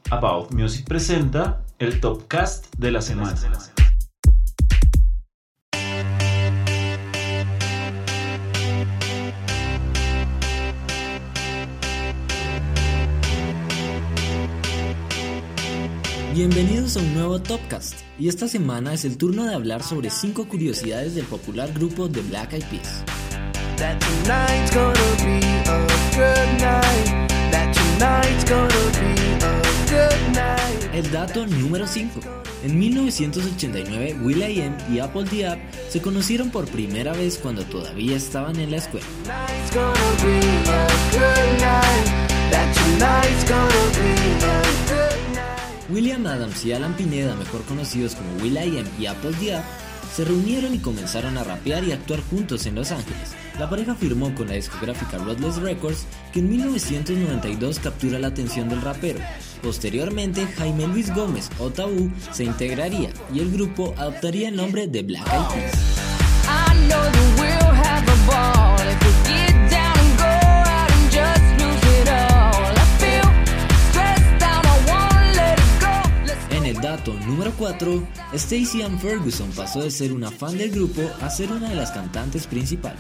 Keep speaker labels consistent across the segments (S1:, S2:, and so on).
S1: About Music presenta el Topcast de la semana.
S2: Bienvenidos a un nuevo Topcast, y esta semana es el turno de hablar sobre 5 curiosidades del popular grupo The Black Eyed Peas. El dato número 5. En 1989, will.i.am y Apple D.App se conocieron por primera vez cuando todavía estaban en la escuela. William Adams y Alan Pineda, mejor conocidos como will.i.am y Apple D.App, se reunieron y comenzaron a rapear y actuar juntos en Los Ángeles. La pareja firmó con la discográfica Ruthless Records, que en 1992 captura la atención del rapero. Posteriormente, Jaime Luis Gómez, o Tabú, se integraría y el grupo adoptaría el nombre de Black Eyed Peas. Dato número 4. Stacey Ann Ferguson pasó de ser una fan del grupo a ser una de las cantantes principales.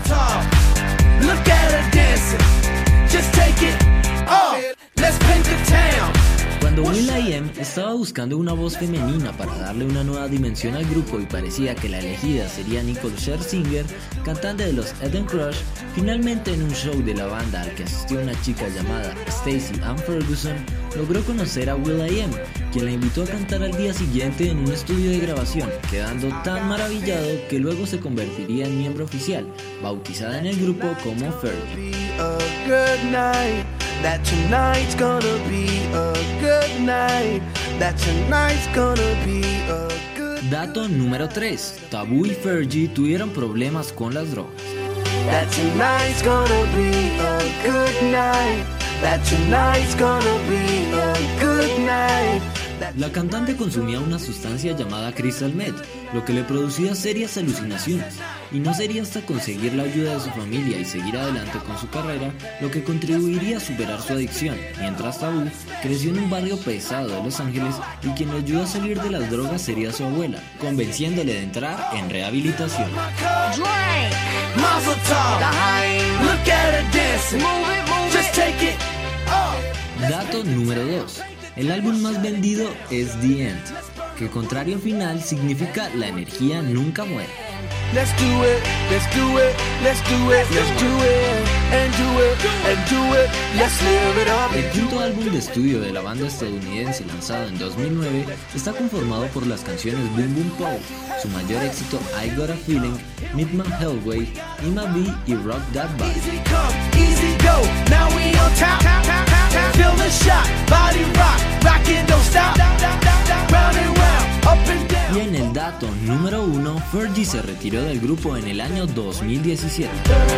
S2: Cuando will.i.am estaba buscando una voz femenina para darle una nueva dimensión al grupo y parecía que la elegida sería Nicole Scherzinger, cantante de los Eden Crush, finalmente en un show de la banda al que asistió una chica llamada Stacey Ann Ferguson, logró conocer a will.i.am, quien la invitó a cantar al día siguiente en un estudio de grabación, quedando tan maravillado que luego se convertiría en miembro oficial, bautizada en el grupo como Fergie. Dato número 3. Tabú y Fergie tuvieron problemas con las drogas. La cantante consumía una sustancia llamada Crystal Meth, lo que le producía serias alucinaciones, y no sería hasta conseguir la ayuda de su familia y seguir adelante con su carrera lo que contribuiría a superar su adicción, mientras Tabú creció en un barrio pesado de Los Ángeles y quien lo ayudó a salir de las drogas sería su abuela, convenciéndole de entrar en rehabilitación. Dato número 2. El álbum más vendido es The End, que contrario al final significa la energía nunca muere. El quinto álbum de estudio de la banda estadounidense, lanzado en 2009, está conformado por las canciones Boom Boom Pow, su mayor éxito I Got a Feeling, Meet My Hellway, Ima B y Rock That Body. Y en el dato número 1, Fergie se retiró del grupo en el año 2017.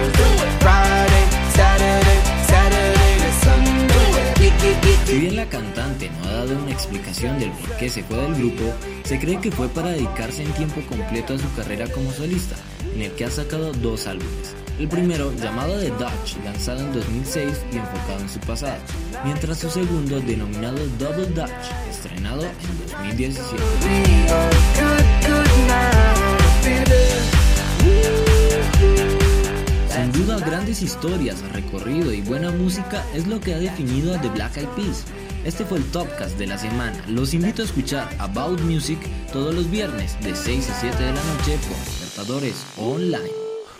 S2: Si bien la cantante no ha dado una explicación del por qué se fue del grupo, se cree que fue para dedicarse en tiempo completo a su carrera como solista, en el que ha sacado 2 álbumes. El primero, llamado The Dutch, lanzado en 2006 y enfocado en su pasado, mientras su segundo, denominado Double Dutch, estrenado en 2017. Sin duda, grandes historias, recorrido y buena música es lo que ha definido a The Black Eyed Peas. Este fue el Topcast de la semana. Los invito a escuchar About Music todos los viernes de 6 a 7 de la noche por Libertadores Online.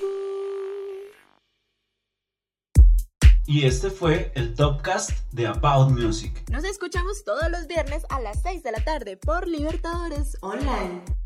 S1: Y este fue el Topcast de About Music.
S3: Nos escuchamos todos los viernes a las 6 de la tarde por Libertadores Online.